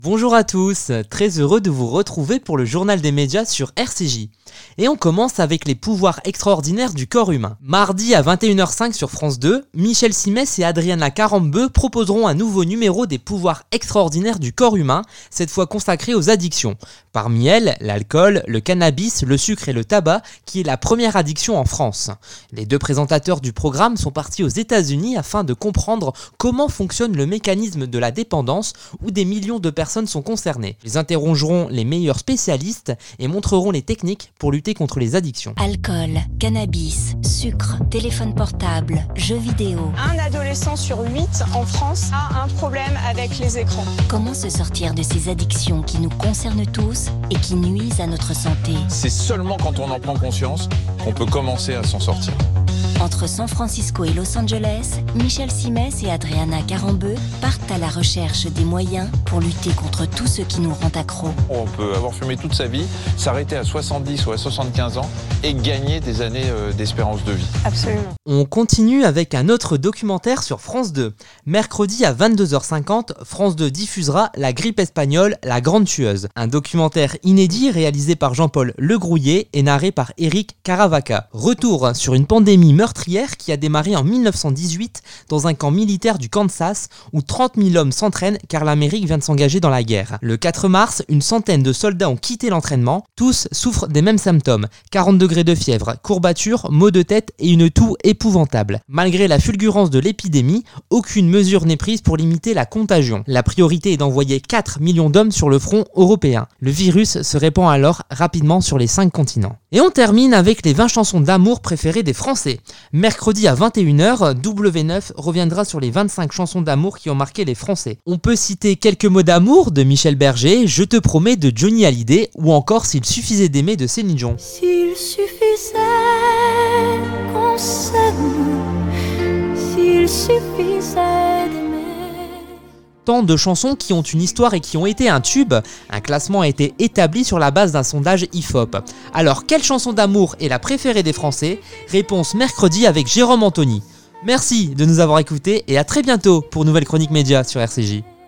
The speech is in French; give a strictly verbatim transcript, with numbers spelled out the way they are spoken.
Bonjour à tous, très heureux de vous retrouver pour le journal des médias sur R C J. Et on commence avec les pouvoirs extraordinaires du corps humain. Mardi à vingt et une heures cinq sur France deux, Michel Simès et Adriana Carambeu proposeront un nouveau numéro des pouvoirs extraordinaires du corps humain, cette fois consacré aux addictions. Parmi elles, l'alcool, le cannabis, le sucre et le tabac, qui est la première addiction en France. Les deux présentateurs du programme sont partis aux États-Unis afin de comprendre comment fonctionne le mécanisme de la dépendance où des millions de personnes sont concernées. Ils interrogeront les meilleurs spécialistes et montreront les techniques pour lutter contre les addictions. Alcool, cannabis, sucre, téléphone portable, jeux vidéo. Un adolescent sur huit en France a un problème avec les écrans. Comment se sortir de ces addictions qui nous concernent tous et qui nuisent à notre santé? C'est seulement quand on en prend conscience qu'on peut commencer à s'en sortir. Entre San Francisco et Los Angeles, Michel Simès et Adriana Carambeu partent à la recherche des moyens pour lutter contre tout ce qui nous rend accros. On peut avoir fumé toute sa vie, s'arrêter à soixante-dix ou à soixante-quinze ans et gagner des années euh, d'espérance de vie. Absolument. On continue avec un autre documentaire sur France deux. Mercredi à vingt-deux heures cinquante, France deux diffusera La grippe espagnole, la grande tueuse. Un documentaire inédit réalisé par Jean-Paul Legrouillet et narré par Eric Caravaca. Retour sur une pandémie meurtrière qui a démarré en mille neuf cent dix-huit dans un camp militaire du Kansas où trente mille hommes s'entraînent car l'Amérique vient de s'engager dans la guerre. Le quatre mars, une centaine de soldats ont quitté l'entraînement. Tous souffrent des mêmes symptômes. quarante degrés de fièvre, courbatures, maux de tête et une toux épouvantable. Malgré la fulgurance de l'épidémie, aucune mesure n'est prise pour limiter la contagion. La priorité est d'envoyer quatre millions d'hommes sur le front européen. Le virus se répand alors rapidement sur les cinq continents. Et on termine avec les vingt chansons d'amour préférées des Français. Mercredi à vingt et une heures, W neuf reviendra sur les vingt-cinq chansons d'amour qui ont marqué les Français. On peut citer Quelques mots d'amour de Michel Berger, Je te promets de Johnny Hallyday ou encore S'il suffisait d'aimer de Céline Dion. S'il suffisait qu'on s'aime, s'il suffisait d'aimer. Tant de chansons qui ont une histoire et qui ont été un tube. Un classement a été établi sur la base d'un sondage I F O P. Alors, quelle chanson d'amour est la préférée des Français? Réponse mercredi avec Jérôme Anthony. Merci de nous avoir écoutés et à très bientôt pour Nouvelle Chronique Média sur R C J.